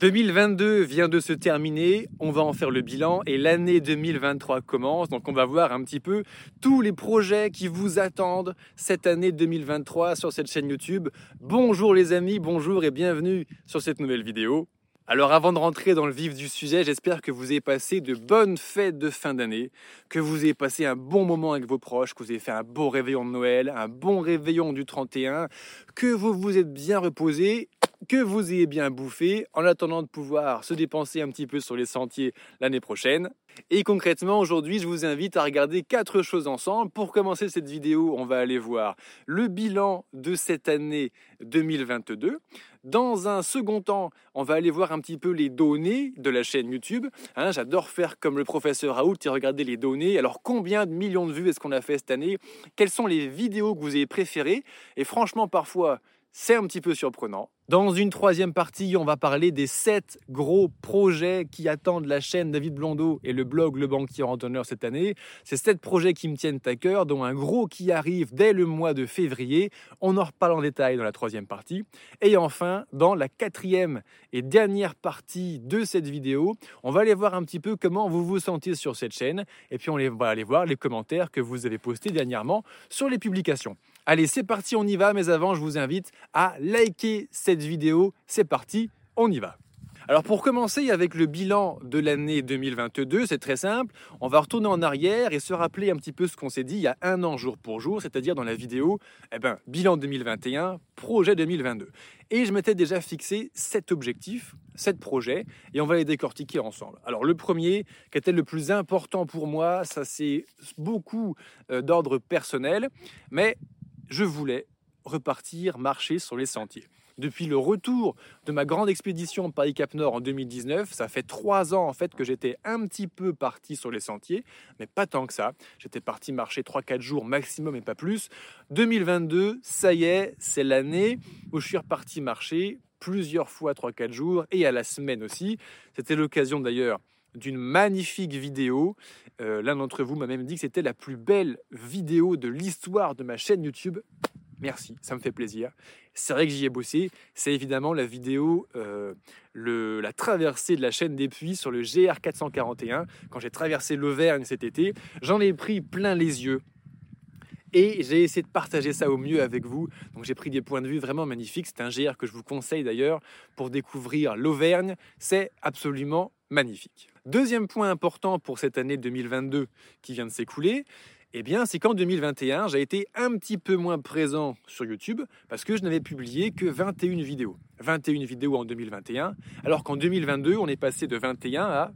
2022 vient de se terminer, on va en faire le bilan et l'année 2023 commence. Donc on va voir un petit peu tous les projets qui vous attendent cette année 2023 sur cette chaîne YouTube. Bonjour les amis, bonjour et bienvenue sur cette nouvelle vidéo. Alors avant de rentrer dans le vif du sujet, j'espère que vous avez passé de bonnes fêtes de fin d'année, que vous avez passé un bon moment avec vos proches, que vous avez fait un beau réveillon de Noël, un bon réveillon du 31, que vous vous êtes bien reposé, que vous ayez bien bouffé en attendant de pouvoir se dépenser un petit peu sur les sentiers l'année prochaine. Et concrètement, aujourd'hui, je vous invite à regarder 4 choses ensemble. Pour commencer cette vidéo, on va aller voir le bilan de cette année 2022. Dans un second temps, on va aller voir un petit peu les données de la chaîne YouTube. J'adore faire comme le professeur Raoult et regarder les données. Alors, combien de millions de vues est-ce qu'on a fait cette année? Quelles sont les vidéos que vous avez préférées? Et franchement, parfois, c'est un petit peu surprenant. Dans une troisième partie, on va parler des 7 gros projets qui attendent la chaîne David Blondeau et le blog Le Banquier Randonneur cette année. C'est 7 projets qui me tiennent à cœur, dont un gros qui arrive dès le mois de février. On en reparle en détail dans la troisième partie. Et enfin, dans la 4e et dernière partie de cette vidéo, on va aller voir un petit peu comment vous vous sentez sur cette chaîne. Et puis on va aller voir les commentaires que vous avez postés dernièrement sur les publications. Allez, c'est parti, on y va. Mais avant, je vous invite à liker cette vidéo. C'est parti, on y va. Alors pour commencer avec le bilan de l'année 2022, c'est très simple. On va retourner en arrière et se rappeler un petit peu ce qu'on s'est dit il y a un an jour pour jour, c'est-à-dire dans la vidéo bilan 2021, projet 2022. Et je m'étais déjà fixé 7 objectifs, 7 projets, et on va les décortiquer ensemble. Alors le premier, qui était le plus important pour moi, ça c'est beaucoup d'ordre personnel, mais je voulais repartir marcher sur les sentiers. Depuis le retour de ma grande expédition Paris-Cap Nord en 2019, ça fait 3 ans en fait que j'étais un petit peu parti sur les sentiers, mais pas tant que ça. J'étais parti marcher 3-4 jours maximum et pas plus. 2022, ça y est, c'est l'année où je suis reparti marcher plusieurs fois 3-4 jours et à la semaine aussi. C'était l'occasion d'ailleurs d'une magnifique vidéo. L'un d'entre vous m'a même dit que c'était la plus belle vidéo de l'histoire de ma chaîne YouTube. Merci, ça me fait plaisir. C'est vrai que j'y ai bossé. C'est évidemment la vidéo, la traversée de la chaîne des Puys sur le GR 441. Quand j'ai traversé l'Auvergne cet été, j'en ai pris plein les yeux. Et j'ai essayé de partager ça au mieux avec vous. Donc j'ai pris des points de vue vraiment magnifiques. C'est un GR que je vous conseille d'ailleurs pour découvrir l'Auvergne. C'est absolument magnifique. Deuxième point important pour cette année 2022 qui vient de s'écouler, c'est qu'en 2021, j'ai été un petit peu moins présent sur YouTube parce que je n'avais publié que 21 vidéos. 21 vidéos en 2021, alors qu'en 2022, on est passé de 21 à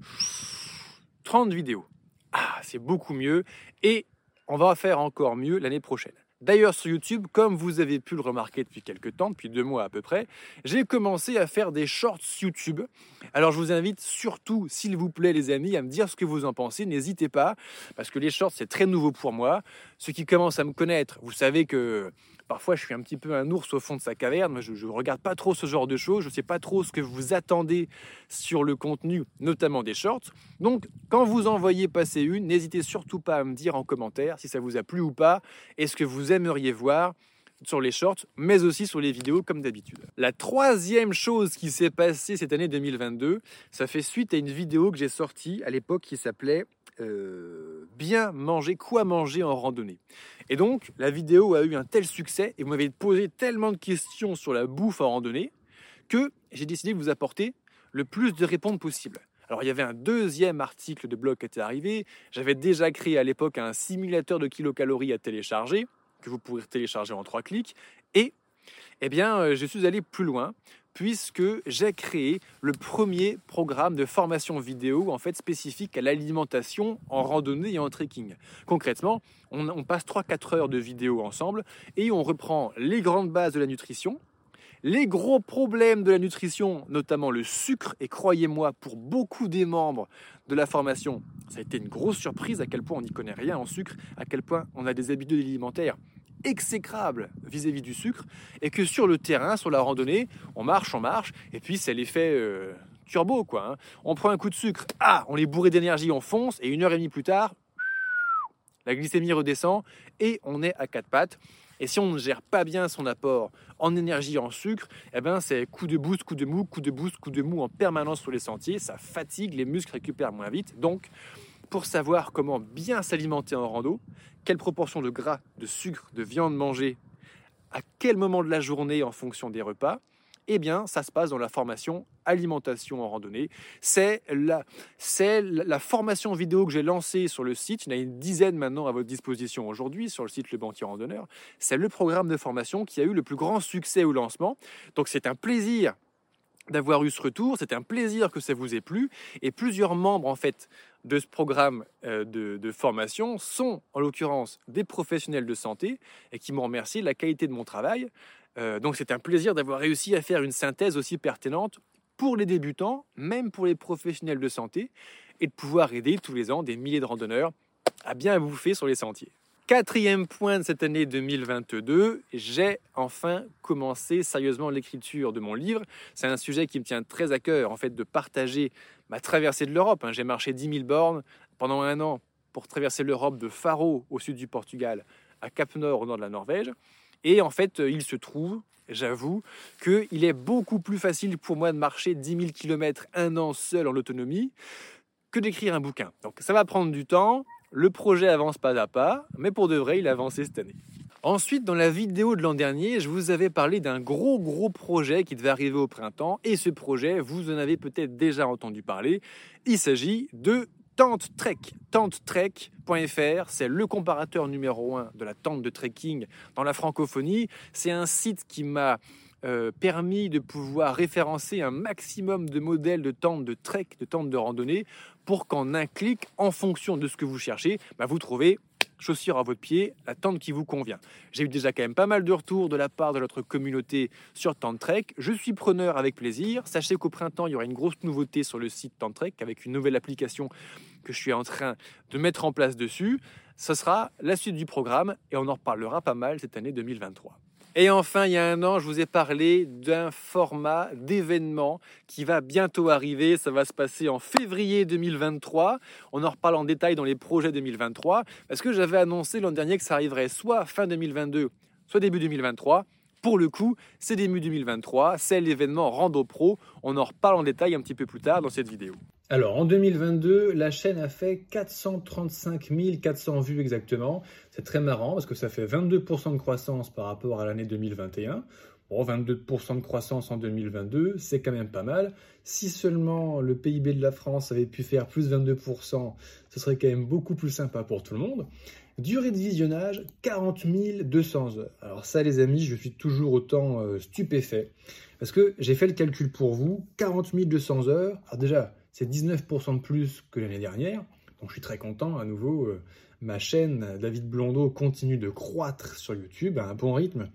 30 vidéos. Ah, c'est beaucoup mieux et on va faire encore mieux l'année prochaine. D'ailleurs, sur YouTube, comme vous avez pu le remarquer depuis quelques temps, depuis 2 mois à peu près, j'ai commencé à faire des shorts YouTube. Alors, je vous invite surtout, s'il vous plaît, les amis, à me dire ce que vous en pensez. N'hésitez pas, parce que les shorts, c'est très nouveau pour moi. Ceux qui commencent à me connaître, vous savez que parfois, je suis un petit peu un ours au fond de sa caverne. Moi, je ne regarde pas trop ce genre de choses. Je ne sais pas trop ce que vous attendez sur le contenu, notamment des shorts. Donc, quand vous en voyez passer une, n'hésitez surtout pas à me dire en commentaire si ça vous a plu ou pas et ce que vous aimeriez voir sur les shorts, mais aussi sur les vidéos comme d'habitude. La troisième chose qui s'est passée cette année 2022, ça fait suite à une vidéo que j'ai sortie à l'époque qui s'appelait bien manger, quoi manger en randonnée. Et donc, la vidéo a eu un tel succès et vous m'avez posé tellement de questions sur la bouffe en randonnée que j'ai décidé de vous apporter le plus de réponses possible. Alors, il y avait un deuxième article de blog qui était arrivé. J'avais déjà créé à l'époque un simulateur de kilocalories à télécharger, que vous pourrez télécharger en 3 clics. Et je suis allé plus loin, puisque j'ai créé le premier programme de formation vidéo en fait spécifique à l'alimentation en randonnée et en trekking. Concrètement, on passe 3-4 heures de vidéo ensemble et on reprend les grandes bases de la nutrition, les gros problèmes de la nutrition, notamment le sucre, et croyez-moi, pour beaucoup des membres de la formation, ça a été une grosse surprise à quel point on n'y connaît rien en sucre, à quel point on a des habitudes alimentaires exécrable vis-à-vis du sucre, et que sur le terrain, sur la randonnée, on marche, et puis c'est l'effet turbo, quoi. On prend un coup de sucre, on est bourré d'énergie, on fonce, et 1h30 plus tard, la glycémie redescend, et on est à 4 pattes. Et si on ne gère pas bien son apport en énergie, en sucre, eh ben c'est coup de boost, coup de mou, coup de boost, coup de mou en permanence sur les sentiers. Ça fatigue, les muscles récupèrent moins vite. Donc, pour savoir comment bien s'alimenter en rando, quelle proportion de gras, de sucre, de viande manger, à quel moment de la journée en fonction des repas, eh bien, ça se passe dans la formation alimentation en randonnée. C'est la formation vidéo que j'ai lancée sur le site. Il y en a une dizaine maintenant à votre disposition aujourd'hui sur le site Le Banquier Randonneur. C'est le programme de formation qui a eu le plus grand succès au lancement. Donc, c'est un plaisir d'avoir eu ce retour. C'est un plaisir que ça vous ait plu. Et plusieurs membres, en fait, de ce programme de formation sont, en l'occurrence, des professionnels de santé et qui m'ont remercié de la qualité de mon travail. Donc c'est un plaisir d'avoir réussi à faire une synthèse aussi pertinente pour les débutants, même pour les professionnels de santé, et de pouvoir aider tous les ans des milliers de randonneurs à bien bouffer sur les sentiers. Quatrième point de cette année 2022, j'ai enfin commencé sérieusement l'écriture de mon livre. C'est un sujet qui me tient très à cœur, en fait, de partager ma traversée de l'Europe. J'ai marché 10 000 bornes pendant un an pour traverser l'Europe de Faro au sud du Portugal à Cap-Nord au nord de la Norvège. Et en fait, il se trouve, j'avoue, qu'il est beaucoup plus facile pour moi de marcher 10 000 km un an seul en autonomie que d'écrire un bouquin. Donc ça va prendre du temps, le projet avance pas à pas, mais pour de vrai, il a avancé cette année. Ensuite, dans la vidéo de l'an dernier, je vous avais parlé d'un gros projet qui devait arriver au printemps. Et ce projet, vous en avez peut-être déjà entendu parler. Il s'agit de Tente Trek. TenteTrek.fr, c'est le comparateur numéro 1 de la tente de trekking dans la francophonie. C'est un site qui m'a permis de pouvoir référencer un maximum de modèles de tentes de trek, de tentes de randonnée, pour qu'en un clic, en fonction de ce que vous cherchez, vous trouvez chaussures à votre pied, la tente qui vous convient. J'ai eu déjà quand même pas mal de retours de la part de notre communauté sur TenteTrek. Je suis preneur avec plaisir. Sachez qu'au printemps, il y aura une grosse nouveauté sur le site TenteTrek avec une nouvelle application que je suis en train de mettre en place dessus. Ce sera la suite du programme et on en reparlera pas mal cette année 2023. Et enfin, il y a un an, je vous ai parlé d'un format d'événement qui va bientôt arriver. Ça va se passer en février 2023. On en reparle en détail dans les projets 2023. Parce que j'avais annoncé l'an dernier que ça arriverait soit fin 2022, soit début 2023. Pour le coup, c'est début 2023. C'est l'événement Rando Pro. On en reparle en détail un petit peu plus tard dans cette vidéo. Alors, en 2022, la chaîne a fait 435 400 vues exactement. C'est très marrant parce que ça fait 22% de croissance par rapport à l'année 2021. Bon, 22% de croissance en 2022, c'est quand même pas mal. Si seulement le PIB de la France avait pu faire plus 22%, ce serait quand même beaucoup plus sympa pour tout le monde. Durée de visionnage, 40 200 heures. Alors ça, les amis, je suis toujours autant stupéfait. Parce que j'ai fait le calcul pour vous, 40 200 heures. Alors déjà, c'est 19% de plus que l'année dernière. Donc je suis très content. À nouveau, ma chaîne David Blondeau continue de croître sur YouTube à un bon rythme.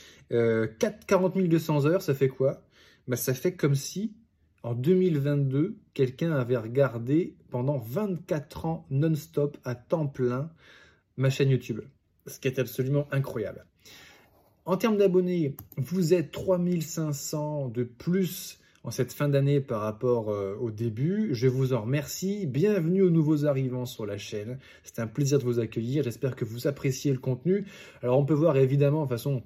40 200 heures, ça fait quoi? Ça fait comme si, en 2022, quelqu'un avait regardé pendant 24 ans non-stop à temps plein ma chaîne YouTube. Ce qui est absolument incroyable. En termes d'abonnés, vous êtes 3500 de plus en cette fin d'année par rapport au début. Je vous en remercie. Bienvenue aux nouveaux arrivants sur la chaîne. C'est un plaisir de vous accueillir. J'espère que vous appréciez le contenu. Alors on peut voir évidemment de toute façon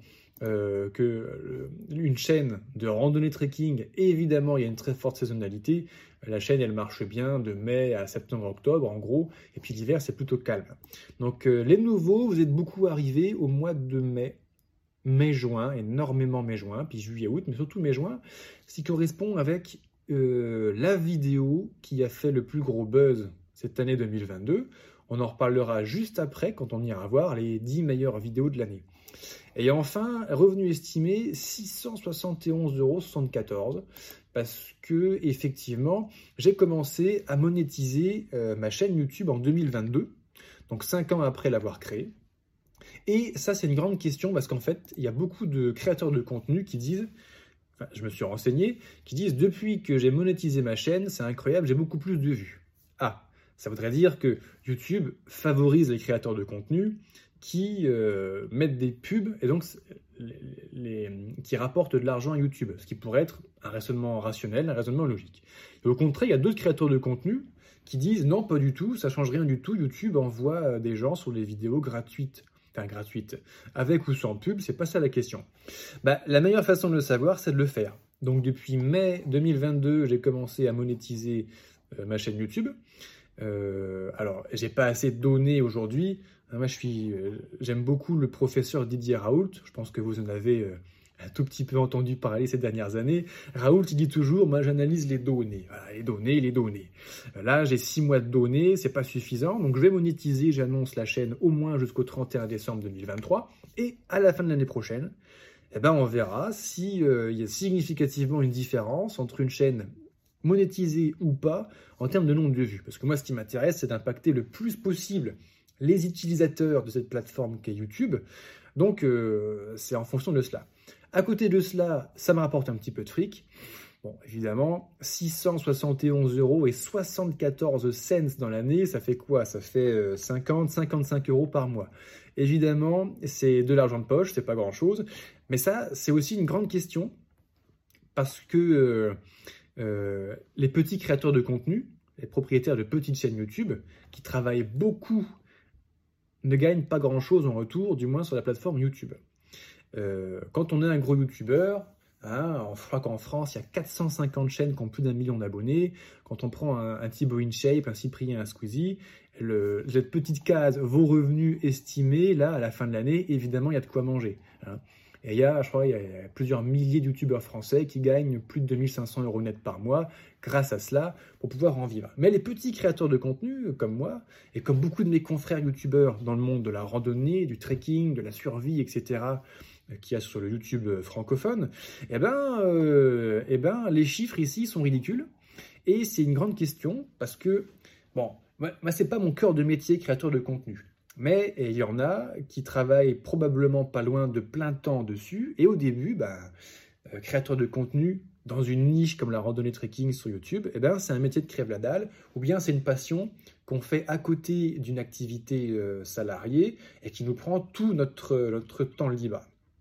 une chaîne de randonnée trekking, et évidemment il y a une très forte saisonnalité. La chaîne elle marche bien de mai à septembre-octobre en gros, et puis l'hiver c'est plutôt calme. Donc les nouveaux, vous êtes beaucoup arrivés au mois de mai-juin, énormément mai-juin, puis juillet-août, mais surtout mai-juin, ce qui correspond avec la vidéo qui a fait le plus gros buzz cette année 2022. On en reparlera juste après quand on ira voir les 10 meilleures vidéos de l'année. Et enfin, revenu estimé 671,74 € parce que effectivement, j'ai commencé à monétiser ma chaîne YouTube en 2022, donc 5 ans après l'avoir créée. Et ça, c'est une grande question parce qu'en fait, il y a beaucoup de créateurs de contenu qui disent, enfin, je me suis renseigné, qui disent depuis que j'ai monétisé ma chaîne, c'est incroyable, j'ai beaucoup plus de vues. Ah, ça voudrait dire que YouTube favorise les créateurs de contenu qui mettent des pubs et donc qui rapportent de l'argent à YouTube, ce qui pourrait être un raisonnement rationnel, un raisonnement logique. Et au contraire, il y a d'autres créateurs de contenu qui disent non, pas du tout, ça change rien du tout, YouTube envoie des gens sur les vidéos gratuites gratuite, avec ou sans pub, c'est pas ça la question. La meilleure façon de le savoir, c'est de le faire. Donc depuis mai 2022, j'ai commencé à monétiser ma chaîne YouTube. Alors, j'ai pas assez de données aujourd'hui. Moi, j'aime beaucoup le professeur Didier Raoult. Je pense que vous en avez un tout petit peu entendu parler ces dernières années. Raoult, il dit toujours, moi, j'analyse les données. Voilà, les données. Là, j'ai 6 mois de données, c'est pas suffisant. Donc, je vais monétiser, j'annonce la chaîne au moins jusqu'au 31 décembre 2023. Et à la fin de l'année prochaine, on verra s'il y a significativement une différence entre une chaîne monétisée ou pas en termes de nombre de vues. Parce que moi, ce qui m'intéresse, c'est d'impacter le plus possible les utilisateurs de cette plateforme qu'est YouTube. Donc, c'est en fonction de cela. À côté de cela, ça me rapporte un petit peu de fric. Bon, évidemment, 671 € et 74 cents dans l'année, ça fait quoi? Ça fait 50-55 € par mois. Évidemment, c'est de l'argent de poche, c'est pas grand-chose. Mais ça, c'est aussi une grande question parce que les petits créateurs de contenu, les propriétaires de petites chaînes YouTube, qui travaillent beaucoup, ne gagnent pas grand-chose en retour, du moins sur la plateforme YouTube. Quand on est un gros YouTuber, je crois qu'en France, il y a 450 chaînes qui ont plus d'1 million d'abonnés. Quand on prend un Thibaut InShape, un Cyprien, un Squeezie, cette petite case, vos revenus estimés, là, à la fin de l'année, évidemment, il y a de quoi manger. Et il y a plusieurs milliers de youtubeurs français qui gagnent plus de 2500 € net par mois grâce à cela pour pouvoir en vivre. Mais les petits créateurs de contenu, comme moi, et comme beaucoup de mes confrères youtubeurs dans le monde de la randonnée, du trekking, de la survie, etc., qu'il y a sur le YouTube francophone, les chiffres ici sont ridicules. Et c'est une grande question parce que, moi, c'est pas mon cœur de métier créateur de contenu. Mais il y en a qui travaillent probablement pas loin de plein temps dessus. Et au début, créateur de contenu dans une niche comme la randonnée trekking sur YouTube, c'est un métier de crève la dalle, ou bien c'est une passion qu'on fait à côté d'une activité salariée et qui nous prend tout notre temps libre.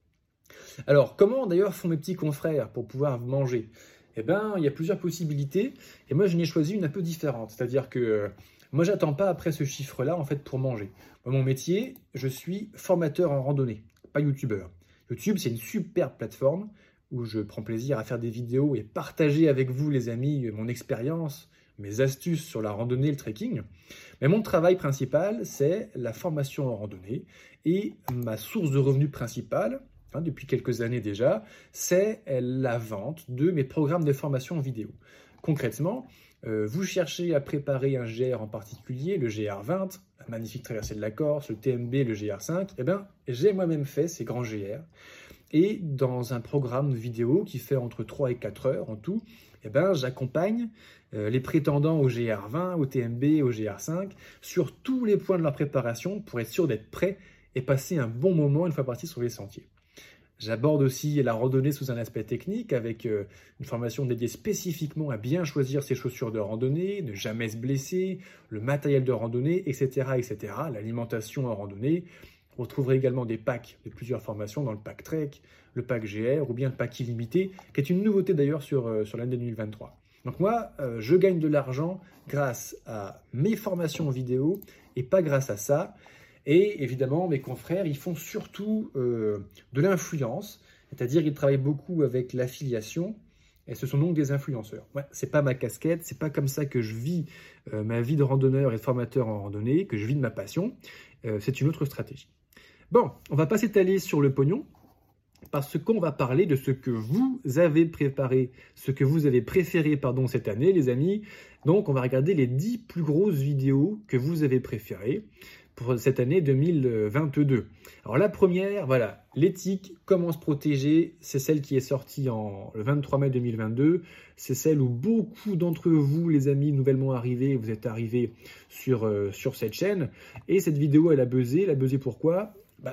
Alors, comment d'ailleurs font mes petits confrères pour pouvoir manger? Il y a plusieurs possibilités. Et moi, je n'ai choisi une un peu différente. C'est-à-dire que moi, j'attends pas après ce chiffre-là, en fait, pour manger. Moi, mon métier, je suis formateur en randonnée, pas youtubeur. YouTube, c'est une super plateforme où je prends plaisir à faire des vidéos et partager avec vous, les amis, mon expérience, mes astuces sur la randonnée et le trekking. Mais mon travail principal, c'est la formation en randonnée. Et ma source de revenus principale, depuis quelques années déjà, c'est la vente de mes programmes de formation en vidéo. Concrètement, vous cherchez à préparer un GR en particulier, le GR20, la magnifique traversée de la Corse, le TMB, le GR5, j'ai moi-même fait ces grands GR. Et dans un programme vidéo qui fait entre 3 et 4 heures en tout, j'accompagne les prétendants au GR20, au TMB, au GR5 sur tous les points de leur préparation pour être sûr d'être prêt et passer un bon moment une fois parti sur les sentiers. J'aborde aussi la randonnée sous un aspect technique avec une formation dédiée spécifiquement à bien choisir ses chaussures de randonnée, ne jamais se blesser, le matériel de randonnée, etc., etc., l'alimentation en randonnée. Vous retrouverez également des packs de plusieurs formations dans le pack Trek, le pack GR ou bien le pack illimité, qui est une nouveauté d'ailleurs sur l'année 2023. Donc moi, je gagne de l'argent grâce à mes formations vidéo et pas grâce à ça. Et évidemment, mes confrères, ils font surtout de l'influence, c'est-à-dire qu'ils travaillent beaucoup avec l'affiliation, et ce sont donc des influenceurs. C'est pas ma casquette, c'est pas comme ça que je vis ma vie de randonneur et de formateur en randonnée, que je vis de ma passion, c'est une autre stratégie. Bon, on va pas s'étaler sur le pognon, parce qu'on va parler de ce que vous avez préparé, ce que vous avez préféré cette année, les amis. Donc, on va regarder les 10 plus grosses vidéos que vous avez préférées pour cette année 2022. Alors la première, voilà, l'éthique, comment se protéger, c'est celle qui est sortie le 23 mai 2022. C'est celle où beaucoup d'entre vous, les amis nouvellement arrivés, vous êtes arrivés sur cette chaîne. Et cette vidéo, elle a buzzé. Elle a buzzé pourquoi?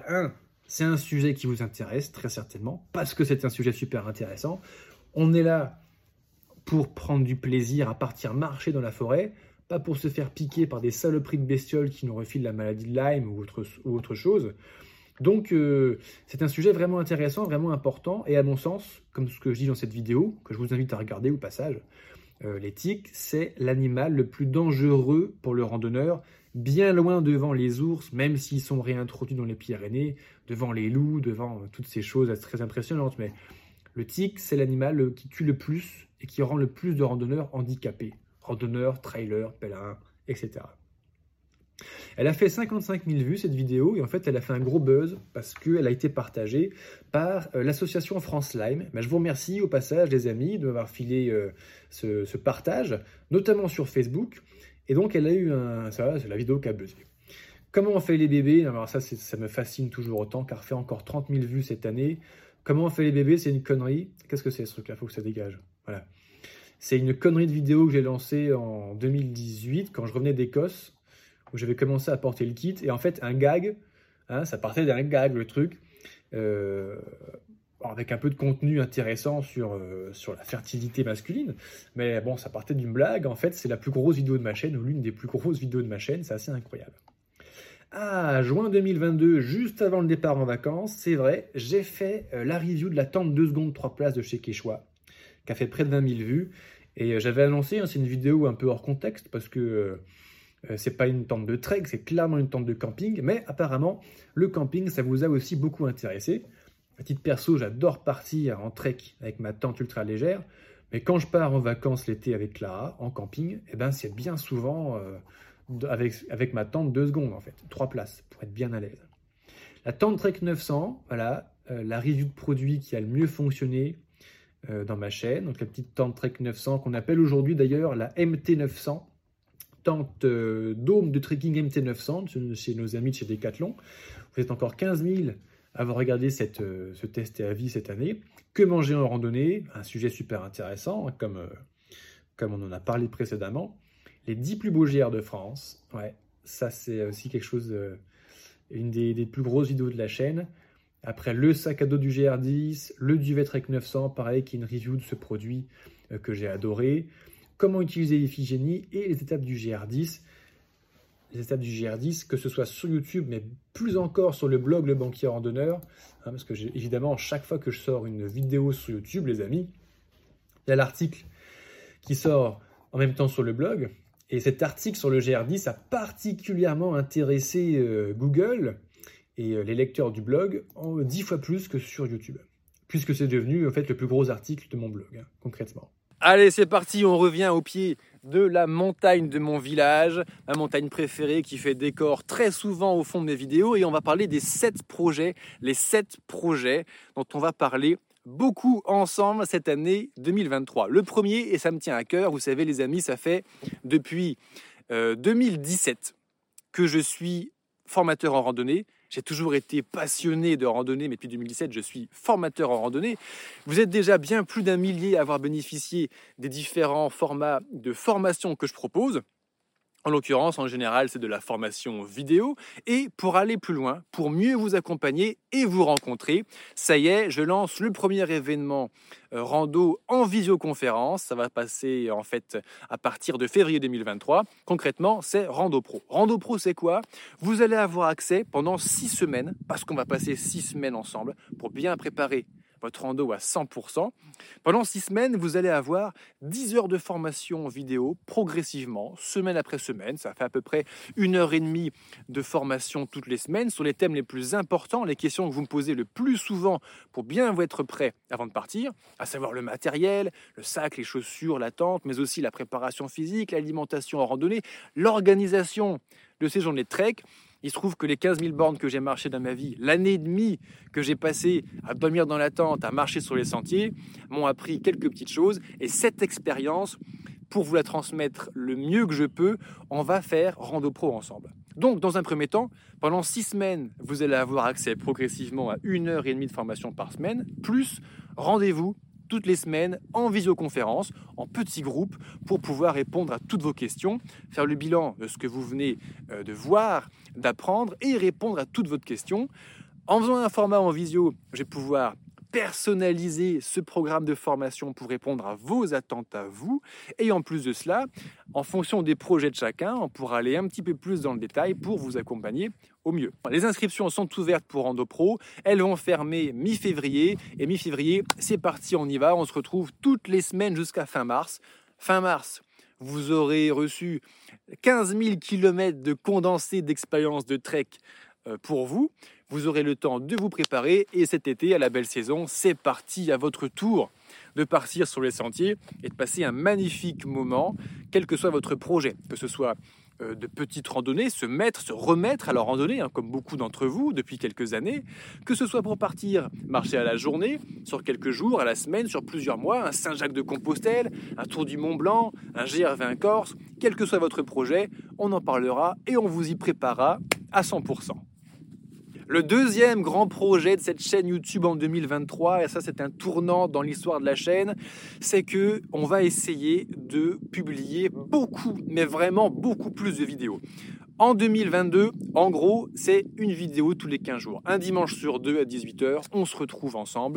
C'est un sujet qui vous intéresse, très certainement, parce que c'est un sujet super intéressant. On est là pour prendre du plaisir à partir marcher dans la forêt, pas pour se faire piquer par des saloperies de bestioles qui nous refilent la maladie de Lyme ou autre chose. Donc, c'est un sujet vraiment intéressant, vraiment important, et à mon sens, comme ce que je dis dans cette vidéo, que je vous invite à regarder au passage, l'éthique, c'est l'animal le plus dangereux pour le randonneur bien loin devant les ours, même s'ils sont réintroduits dans les Pyrénées, devant les loups, devant toutes ces choses très impressionnantes. Mais le tic, c'est l'animal qui tue le plus et qui rend le plus de randonneurs handicapés. Randonneurs, trailers, pèlerins, etc. Elle a fait 55 000 vues cette vidéo et en fait elle a fait un gros buzz parce qu'elle a été partagée par l'association France Lyme. Je vous remercie au passage les amis de m'avoir filé ce partage, notamment sur Facebook. Et donc elle a eu c'est la vidéo qui a buzzé. Comment on fait les bébés? Alors ça me fascine toujours autant car fait encore 30 000 vues cette année. Comment on fait les bébés? C'est une connerie. Qu'est-ce que c'est ce truc-là? Il faut que ça dégage. Voilà. C'est une connerie de vidéo que j'ai lancée en 2018 quand je revenais d'Écosse, où j'avais commencé à porter le kit. Et en fait, un gag, ça partait d'un gag, le truc, avec un peu de contenu intéressant sur la fertilité masculine. Mais bon, ça partait d'une blague. En fait, c'est la plus grosse vidéo de ma chaîne, ou l'une des plus grosses vidéos de ma chaîne. C'est assez incroyable. Juin 2022, juste avant le départ en vacances, c'est vrai, j'ai fait la review de la tente 2 secondes 3 places de chez Quechua, qui a fait près de 20 000 vues. Et j'avais annoncé, c'est une vidéo un peu hors contexte, parce que c'est pas une tente de trek, c'est clairement une tente de camping, mais apparemment, le camping, ça vous a aussi beaucoup intéressé. À titre perso, j'adore partir en trek avec ma tente ultra légère, mais quand je pars en vacances l'été avec Clara, en camping, c'est bien souvent avec ma tente 2 secondes, en fait, 3 places, pour être bien à l'aise. La tente Trek 900, voilà, la review de produit qui a le mieux fonctionné dans ma chaîne, donc la petite tente Trek 900, qu'on appelle aujourd'hui d'ailleurs la MT 900, tente dôme de trekking MT 900 chez nos amis de chez Decathlon. Vous êtes encore 15 000 à avoir regardé ce test et avis cette année. Que manger en randonnée? Un sujet super intéressant, comme on en a parlé précédemment. Les 10 plus beaux GR de France. Ouais, ça c'est aussi quelque chose, une des plus grosses vidéos de la chaîne. Après le sac à dos du GR10, le duvet Trek 900, pareil, qui est une review de ce produit que j'ai adoré. Comment utiliser l'Iphigénie et les étapes du GR10. Les étapes du GR10, que ce soit sur YouTube, mais plus encore sur le blog Le Banquier Randonneur. Parce que évidemment, chaque fois que je sors une vidéo sur YouTube, les amis, il y a l'article qui sort en même temps sur le blog. Et cet article sur le GR10 a particulièrement intéressé Google et les lecteurs du blog en 10 fois plus que sur YouTube. Puisque c'est devenu en fait le plus gros article de mon blog, concrètement. Allez, c'est parti, on revient au pied de la montagne de mon village, ma montagne préférée qui fait décor très souvent au fond de mes vidéos. Et on va parler des 7 projets, les 7 projets dont on va parler beaucoup ensemble cette année 2023. Le premier, et ça me tient à cœur, vous savez les amis, ça fait depuis 2017 que je suis formateur en randonnée. J'ai toujours été passionné de randonnée, mais depuis 2017, je suis formateur en randonnée. Vous êtes déjà bien plus d'1 millier à avoir bénéficié des différents formats de formation que je propose. En l'occurrence, en général, c'est de la formation vidéo. Et pour aller plus loin, pour mieux vous accompagner et vous rencontrer, ça y est, je lance le premier événement rando en visioconférence. Ça va passer en fait à partir de février 2023. Concrètement, c'est Rando Pro. Rando Pro, c'est quoi? Vous allez avoir accès pendant 6 semaines, parce qu'on va passer 6 semaines ensemble pour bien préparer votre rando à 100%. Pendant 6 semaines, vous allez avoir 10 heures de formation vidéo progressivement, semaine après semaine. Ça fait à peu près 1h30 de formation toutes les semaines sur les thèmes les plus importants, les questions que vous me posez le plus souvent pour bien vous être prêt avant de partir, à savoir le matériel, le sac, les chaussures, la tente, mais aussi la préparation physique, l'alimentation en randonnée, l'organisation de ces journées de trek. Il se trouve que les 15 000 bornes que j'ai marchées dans ma vie, l'année et demie que j'ai passé à dormir dans la tente, à marcher sur les sentiers, m'ont appris quelques petites choses. Et cette expérience, pour vous la transmettre le mieux que je peux, on va faire Rando Pro ensemble. Donc, dans un premier temps, pendant 6 semaines, vous allez avoir accès progressivement à 1h30 de formation par semaine, plus rendez-vous toutes les semaines en visioconférence, en petits groupes, pour pouvoir répondre à toutes vos questions, faire le bilan de ce que vous venez de voir, d'apprendre et répondre à toutes vos questions. En faisant un format en visio, je vais pouvoir personnaliser ce programme de formation pour répondre à vos attentes à vous. Et en plus de cela, en fonction des projets de chacun, on pourra aller un petit peu plus dans le détail pour vous accompagner au mieux. Les inscriptions sont ouvertes pour Rando Pro. Elles vont fermer mi-février. Et mi-février, c'est parti, on y va. On se retrouve toutes les semaines jusqu'à fin mars. Fin mars, vous aurez reçu 15 000 km de condensé d'expérience de trek pour vous. Vous aurez le temps de vous préparer et cet été, à la belle saison, c'est parti à votre tour de partir sur les sentiers et de passer un magnifique moment, quel que soit votre projet, que ce soit de petites randonnées, se remettre à la randonnée, comme beaucoup d'entre vous depuis quelques années, que ce soit pour partir marcher à la journée, sur quelques jours, à la semaine, sur plusieurs mois, un Saint-Jacques-de-Compostelle, un tour du Mont-Blanc, un GR20 Corse, quel que soit votre projet, on en parlera et on vous y préparera à 100%. Le deuxième grand projet de cette chaîne YouTube en 2023, et ça c'est un tournant dans l'histoire de la chaîne, c'est que on va essayer de publier beaucoup, mais vraiment beaucoup plus de vidéos. En 2022, en gros, c'est une vidéo tous les 15 jours. Un dimanche sur deux à 18h, on se retrouve ensemble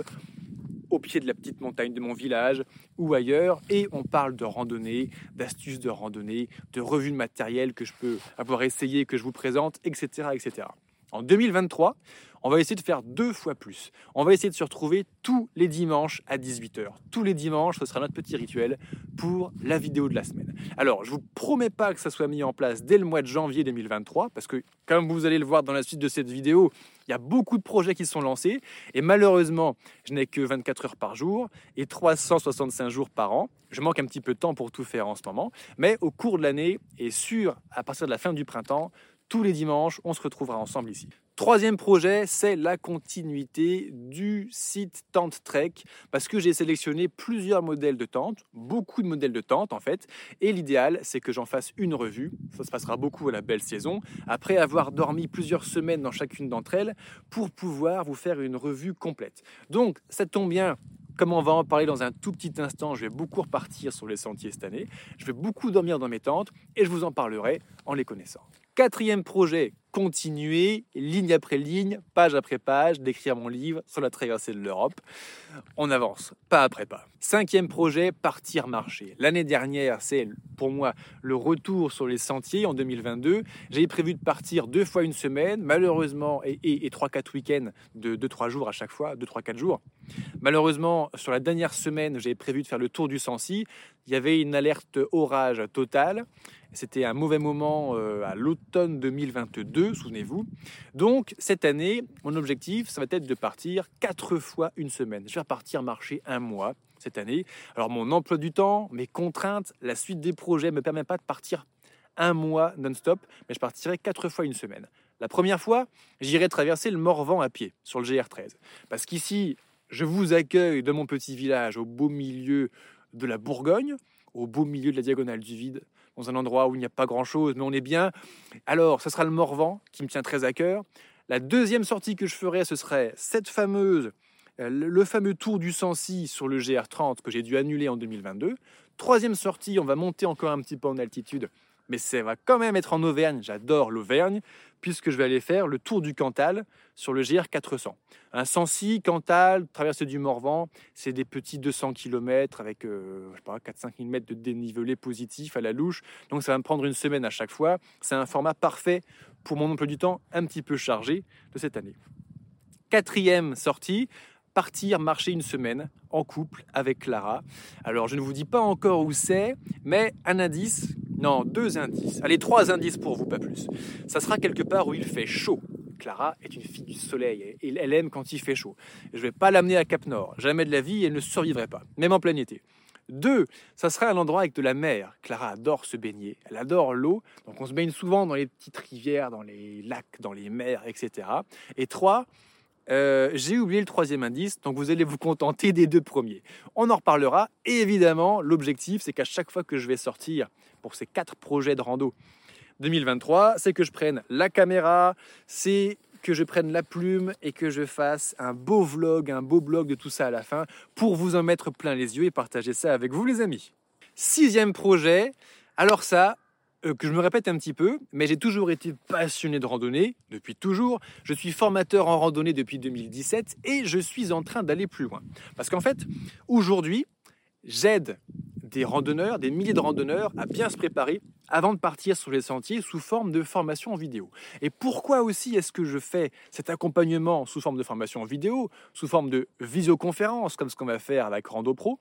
au pied de la petite montagne de mon village ou ailleurs et on parle de randonnée, d'astuces de randonnée, de revues de matériel que je peux avoir essayé, que je vous présente, etc., etc. En 2023, on va essayer de faire 2 fois plus. On va essayer de se retrouver tous les dimanches à 18h. Tous les dimanches, ce sera notre petit rituel pour la vidéo de la semaine. Alors, je ne vous promets pas que ça soit mis en place dès le mois de janvier 2023, parce que, comme vous allez le voir dans la suite de cette vidéo, il y a beaucoup de projets qui sont lancés, et malheureusement, je n'ai que 24 heures par jour et 365 jours par an. Je manque un petit peu de temps pour tout faire en ce moment, mais au cours de l'année, et à partir de la fin du printemps, tous les dimanches, on se retrouvera ensemble ici. Troisième projet, c'est la continuité du site Tente Trek, parce que j'ai sélectionné plusieurs modèles de tentes, beaucoup de modèles de tentes en fait, et l'idéal, c'est que j'en fasse une revue. Ça se passera beaucoup à la belle saison, après avoir dormi plusieurs semaines dans chacune d'entre elles, pour pouvoir vous faire une revue complète. Donc, ça tombe bien. Comme on va en parler dans un tout petit instant, je vais beaucoup repartir sur les sentiers cette année. Je vais beaucoup dormir dans mes tentes et je vous en parlerai en les connaissant. Quatrième projet, continuer, ligne après ligne, page après page, d'écrire mon livre sur la traversée de l'Europe. On avance, pas après pas. Cinquième projet, partir marcher. L'année dernière, c'est pour moi le retour sur les sentiers en 2022. J'avais prévu de partir 2 fois une semaine, malheureusement, et 3-4 week-ends de 2-3 jours à chaque fois, 2-3-4 jours. Malheureusement, sur la dernière semaine, j'avais prévu de faire le tour du Sancy. Il y avait une alerte orage totale. C'était un mauvais moment à l'automne 2022, souvenez-vous. Donc, cette année, mon objectif, ça va être de partir 4 fois une semaine. Je vais partir marcher 1 mois cette année. Alors, mon emploi du temps, mes contraintes, la suite des projets ne me permettent pas de partir 1 mois non-stop, mais je partirai 4 fois une semaine. La première fois, j'irai traverser le Morvan à pied, sur le GR13. Parce qu'ici, je vous accueille de mon petit village au beau milieu de la Bourgogne, au beau milieu de la diagonale du vide, dans un endroit où il n'y a pas grand-chose, mais on est bien. Alors, ce sera le Morvan qui me tient très à cœur. La deuxième sortie que je ferai, ce serait le fameux tour du Sancy sur le GR30 que j'ai dû annuler en 2022. Troisième sortie, on va monter encore un petit peu en altitude, mais ça va quand même être en Auvergne. J'adore l'Auvergne, puisque je vais aller faire le tour du Cantal sur le GR400. Un Sancy, Cantal, traversée du Morvan, c'est des petits 200 km avec 4-5 000 mètres de dénivelé positif à la louche. Donc ça va me prendre une semaine à chaque fois. C'est un format parfait pour mon emploi du temps un petit peu chargé de cette année. Quatrième sortie, partir marcher une semaine en couple avec Clara. Alors je ne vous dis pas encore où c'est, mais un indice, non 2 indices, allez 3 indices pour vous, pas plus. Ça sera quelque part où il fait chaud. Clara est une fille du soleil et elle aime quand il fait chaud. Je ne vais pas l'amener à Cap-Nord, jamais de la vie, elle ne survivrait pas, même en plein été. 2, ça sera un endroit avec de la mer. Clara adore se baigner, elle adore l'eau, donc on se baigne souvent dans les petites rivières, dans les lacs, dans les mers, etc. Et 3, j'ai oublié le 3e indice, donc vous allez vous contenter des 2 premiers. On en reparlera, et évidemment, l'objectif, c'est qu'à chaque fois que je vais sortir pour ces 4 projets de rando 2023, c'est que je prenne la caméra, c'est que je prenne la plume et que je fasse un beau vlog, un beau blog de tout ça à la fin pour vous en mettre plein les yeux et partager ça avec vous les amis. 6e projet, alors ça, que je me répète un petit peu, mais j'ai toujours été passionné de randonnée, depuis toujours. Je suis formateur en randonnée depuis 2017 et je suis en train d'aller plus loin. Parce qu'en fait, aujourd'hui, j'aide des randonneurs, des milliers de randonneurs à bien se préparer avant de partir sur les sentiers sous forme de formation en vidéo. Et pourquoi aussi est-ce que je fais cet accompagnement sous forme de formation en vidéo, sous forme de visioconférence, comme ce qu'on va faire avec Rando Pro,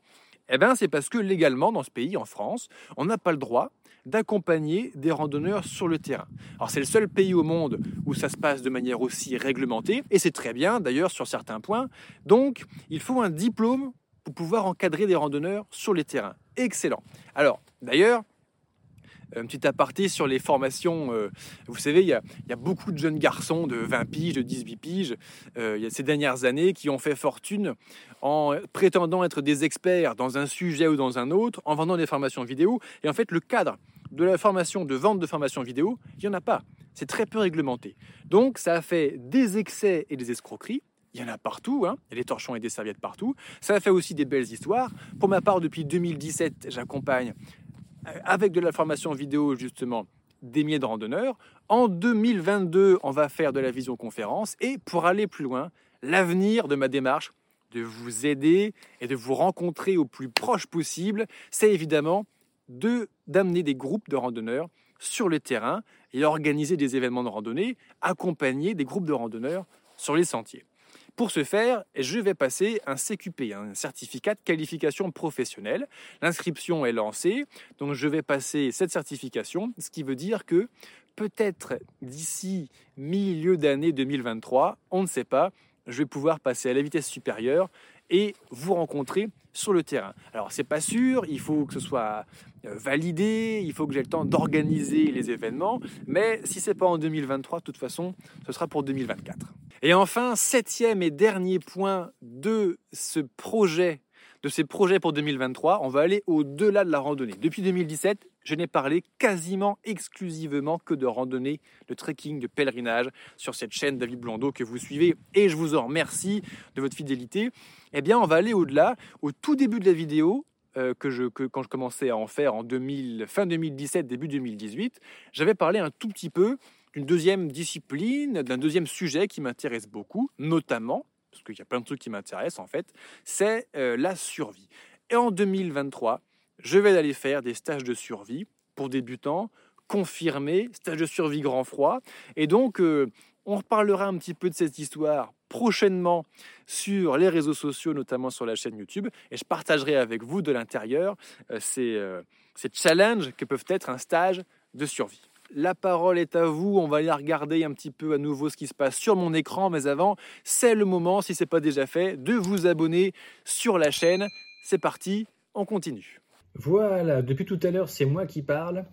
Eh bien, c'est parce que légalement, dans ce pays, en France, on n'a pas le droit d'accompagner des randonneurs sur le terrain. Alors, c'est le seul pays au monde où ça se passe de manière aussi réglementée, et c'est très bien, d'ailleurs, sur certains points. Donc, il faut un diplôme pour pouvoir encadrer des randonneurs sur les terrains. Excellent. Alors, d'ailleurs, un petit aparté sur les formations. Vous savez, il y a beaucoup de jeunes garçons de 20 piges, de 18 piges, il y a ces dernières années qui ont fait fortune en prétendant être des experts dans un sujet ou dans un autre, en vendant des formations vidéo. Et en fait, le cadre de la formation, de vente de formation vidéo, il n'y en a pas. C'est très peu réglementé. Donc, ça a fait des excès et des escroqueries. Il y en a partout, hein. Il y a des torchons et des serviettes partout. Ça a fait aussi des belles histoires. Pour ma part, depuis 2017, j'accompagne avec de la formation vidéo, justement, des milliers de randonneurs. En 2022, on va faire de la visioconférence. Et pour aller plus loin, l'avenir de ma démarche, de vous aider et de vous rencontrer au plus proche possible, c'est évidemment d'amener des groupes de randonneurs sur le terrain et organiser des événements de randonnée, accompagner des groupes de randonneurs sur les sentiers. Pour ce faire, je vais passer un CQP, un certificat de qualification professionnelle. L'inscription est lancée, donc je vais passer cette certification, ce qui veut dire que peut-être d'ici milieu d'année 2023, on ne sait pas, je vais pouvoir passer à la vitesse supérieure et vous rencontrer sur le terrain. Alors, c'est pas sûr, il faut que ce soit validé, il faut que j'ai le temps d'organiser les événements, mais si c'est pas en 2023, de toute façon, ce sera pour 2024. Et enfin, 7e et dernier point de ces projets pour 2023, on va aller au-delà de la randonnée. Depuis 2017, je n'ai parlé quasiment exclusivement que de randonnée, de trekking, de pèlerinage sur cette chaîne David Blondeau que vous suivez et je vous en remercie de votre fidélité. Eh bien, on va aller au-delà. Au tout début de la vidéo, quand je commençais à en faire fin 2017, début 2018, j'avais parlé un tout petit peu d'une deuxième discipline, d'un deuxième sujet qui m'intéresse beaucoup, notamment, parce qu'il y a plein de trucs qui m'intéressent en fait, c'est la survie. Et en 2023, je vais aller faire des stages de survie pour débutants, confirmés, stages de survie grand froid. Et donc, on reparlera un petit peu de cette histoire prochainement sur les réseaux sociaux, notamment sur la chaîne YouTube. Et je partagerai avec vous de l'intérieur ces challenges que peuvent être un stage de survie. La parole est à vous, on va aller regarder un petit peu à nouveau ce qui se passe sur mon écran, mais avant, c'est le moment, si ce n'est pas déjà fait, de vous abonner sur la chaîne. C'est parti, on continue. Voilà, depuis tout à l'heure, c'est moi qui parle.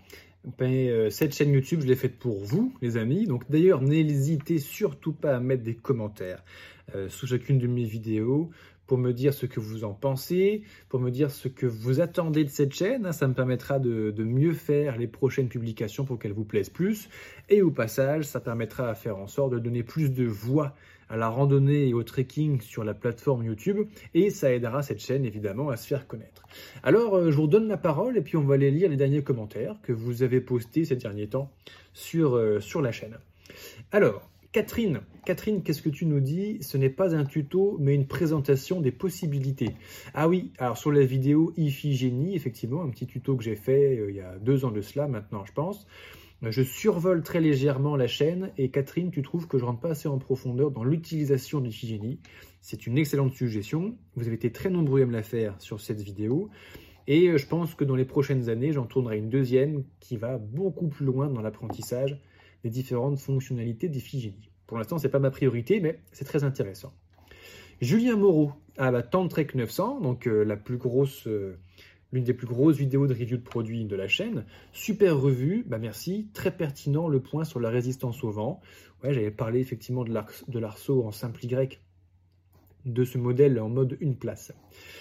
Cette chaîne YouTube, je l'ai faite pour vous, les amis. Donc d'ailleurs, n'hésitez surtout pas à mettre des commentaires sous chacune de mes vidéos pour me dire ce que vous en pensez, pour me dire ce que vous attendez de cette chaîne. Ça me permettra de mieux faire les prochaines publications pour qu'elles vous plaisent plus. Et au passage, ça permettra à faire en sorte de donner plus de voix à la randonnée et au trekking sur la plateforme YouTube. Et ça aidera cette chaîne, évidemment, à se faire connaître. Alors, je vous donne la parole et puis on va aller lire les derniers commentaires que vous avez postés ces derniers temps sur la chaîne. Alors, Catherine, qu'est-ce que tu nous dis? Ce n'est pas un tuto, mais une présentation des possibilités. Ah oui, alors sur la vidéo Iphigénie, effectivement, un petit tuto que j'ai fait il y a 2 ans de cela, maintenant je pense. Je survole très légèrement la chaîne et Catherine, tu trouves que je ne rentre pas assez en profondeur dans l'utilisation d'Iphigénie. C'est une excellente suggestion. Vous avez été très nombreux à me la faire sur cette vidéo. Et je pense que dans les prochaines années, j'en tournerai une deuxième qui va beaucoup plus loin dans l'apprentissage des différentes fonctionnalités d'Iphigénie. Pour l'instant, ce n'est pas ma priorité, mais c'est très intéressant. Julien Moreau, Tantrek 900, donc l'une des plus grosses vidéos de review de produits de la chaîne. Super revue, merci. Très pertinent le point sur la résistance au vent. Ouais, j'avais parlé effectivement de l'arceau en simple Y, de ce modèle en mode une place.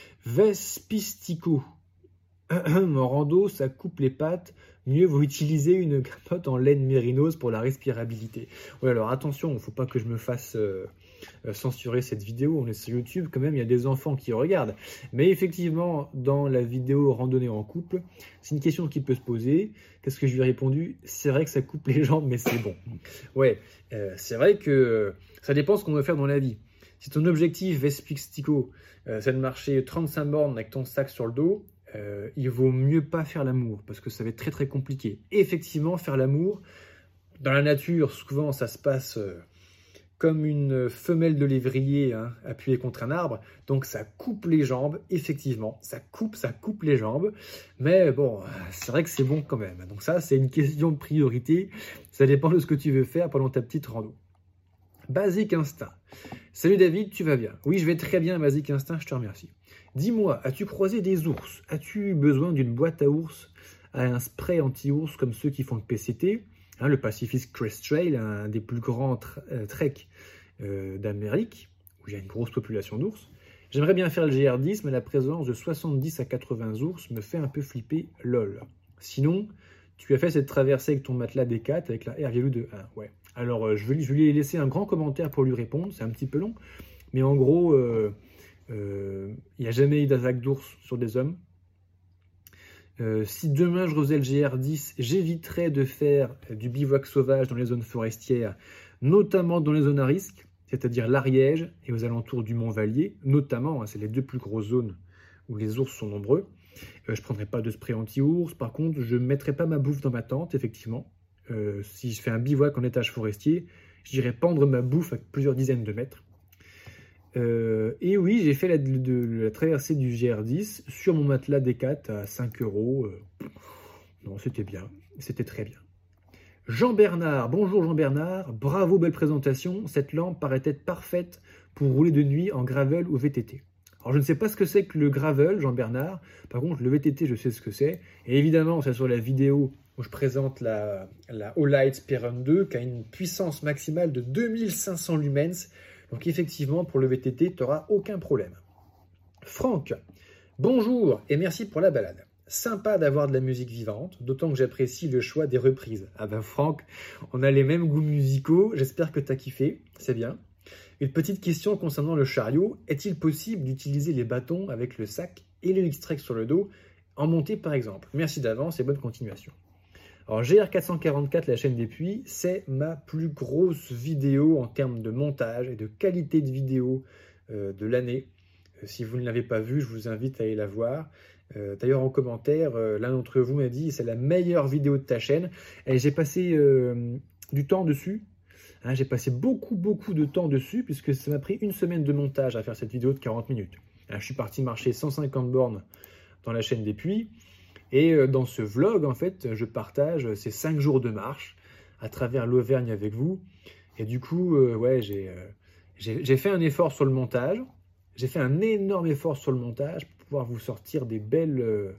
Vespistico. En rando, ça coupe les pattes. Mieux vaut utiliser une capote en laine mérinos pour la respirabilité. Ouais, alors attention, il ne faut pas que je me fasse censurer cette vidéo. On est sur YouTube, quand même, il y a des enfants qui regardent. Mais effectivement, dans la vidéo randonnée en couple, c'est une question qui peut se poser. Qu'est-ce que je lui ai répondu? C'est vrai que ça coupe les jambes, mais c'est bon. Ouais, c'est vrai que ça dépend ce qu'on veut faire dans la vie. Si ton objectif, Vespistico, c'est de marcher 35 bornes avec ton sac sur le dos, il vaut mieux pas faire l'amour parce que ça va être très très compliqué. Et effectivement, faire l'amour dans la nature, souvent ça se passe comme une femelle de lévrier hein, appuyée contre un arbre. Donc ça coupe les jambes, effectivement. Ça coupe les jambes. Mais bon, c'est vrai que c'est bon quand même. Donc ça, c'est une question de priorité. Ça dépend de ce que tu veux faire pendant ta petite rando. Basic Instinct. Salut David, tu vas bien? Oui, je vais très bien, Basic Instinct, je te remercie. Dis-moi, as-tu croisé des ours? As-tu besoin d'une boîte à ours, à un spray anti-ours comme ceux qui font le PCT? Hein, le Pacific Crest Trail, un des plus grands treks d'Amérique, où il y a une grosse population d'ours. J'aimerais bien faire le GR10, mais la présence de 70 à 80 ours me fait un peu flipper, lol. Sinon, tu as fait cette traversée avec ton matelas D4 avec la RVLU 1. Ouais. Alors, je vais lui laisser un grand commentaire pour lui répondre, c'est un petit peu long, mais en gros, il n'y a jamais eu d'attaque d'ours sur des hommes. Si demain je refaisais le GR10, j'éviterais de faire du bivouac sauvage dans les zones forestières, notamment dans les zones à risque, c'est-à-dire l'Ariège et aux alentours du Mont-Vallier, notamment, hein, c'est les deux plus grosses zones où les ours sont nombreux. Je ne prendrai pas de spray anti-ours, par contre, je ne mettrai pas ma bouffe dans ma tente, effectivement. Si je fais un bivouac en étage forestier, j'irai pendre ma bouffe à plusieurs dizaines de mètres. Et oui, j'ai fait la traversée du GR10 sur mon matelas D4 à 5 €. Non, c'était bien, c'était très bien. Jean-Bernard, bonjour Jean-Bernard, bravo, belle présentation. Cette lampe paraît être parfaite pour rouler de nuit en gravel ou VTT. Alors je ne sais pas ce que c'est que le gravel, Jean-Bernard. Par contre, le VTT, je sais ce que c'est. Et évidemment, c'est sur la vidéo où je présente la Olight Spearrun 2 qui a une puissance maximale de 2500 lumens. Donc effectivement, pour le VTT, tu n'auras aucun problème. Franck, bonjour et merci pour la balade. Sympa d'avoir de la musique vivante, d'autant que j'apprécie le choix des reprises. Ah ben Franck, on a les mêmes goûts musicaux, j'espère que tu as kiffé, c'est bien. Une petite question concernant le chariot, est-il possible d'utiliser les bâtons avec le sac et le X-Trek sur le dos, en montée par exemple? Merci d'avance et bonne continuation. Alors GR444, la chaîne des puits, c'est ma plus grosse vidéo en termes de montage et de qualité de vidéo de l'année. Si vous ne l'avez pas vue, je vous invite à aller la voir. D'ailleurs en commentaire, l'un d'entre vous m'a dit c'est la meilleure vidéo de ta chaîne. Et j'ai passé du temps dessus. Hein, j'ai passé beaucoup de temps dessus puisque ça m'a pris une semaine de montage à faire cette vidéo de 40 minutes. Hein, je suis parti marcher 150 bornes dans la chaîne des puits. Et dans ce vlog, en fait, je partage ces 5 jours de marche à travers l'Auvergne avec vous. Et du coup, ouais, j'ai fait un effort sur le montage. J'ai fait un énorme effort sur le montage pour pouvoir vous sortir des belles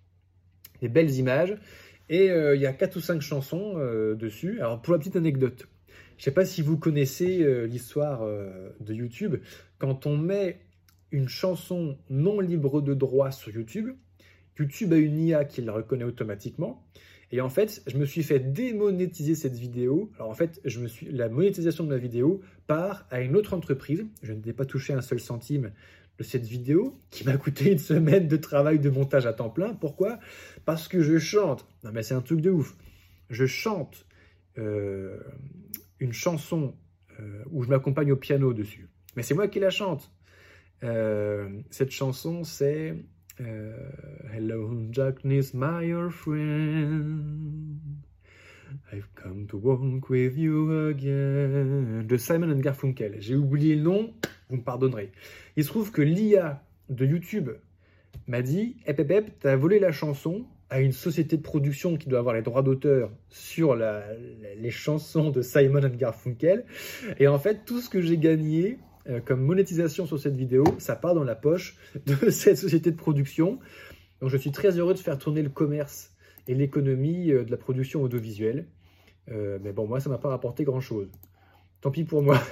images. Et il y a 4 ou 5 chansons dessus. Alors, pour la petite anecdote, je ne sais pas si vous connaissez l'histoire de YouTube. Quand on met une chanson non libre de droit sur YouTube, YouTube a une IA qui la reconnaît automatiquement. Et en fait, je me suis fait démonétiser cette vidéo. Alors en fait, la monétisation de ma vidéo part à une autre entreprise. Je n'ai pas touché un seul centime de cette vidéo qui m'a coûté une semaine de travail de montage à temps plein. Pourquoi? Parce que je chante. Non mais c'est un truc de ouf. Je chante une chanson où je m'accompagne au piano dessus. Mais c'est moi qui la chante. Cette chanson, c'est... Hello darkness, my old friend, I've come to walk with you again, de Simon & Garfunkel. J'ai oublié le nom, vous me pardonnerez. Il se trouve que l'IA de YouTube m'a dit « Hep, t'as volé la chanson à une société de production qui doit avoir les droits d'auteur sur les chansons de Simon & Garfunkel. » Et en fait, tout ce que j'ai gagné comme monétisation sur cette vidéo, ça part dans la poche de cette société de production. Donc je suis très heureux de faire tourner le commerce et l'économie de la production audiovisuelle. Mais bon, moi, ça ne m'a pas rapporté grand-chose. Tant pis pour moi.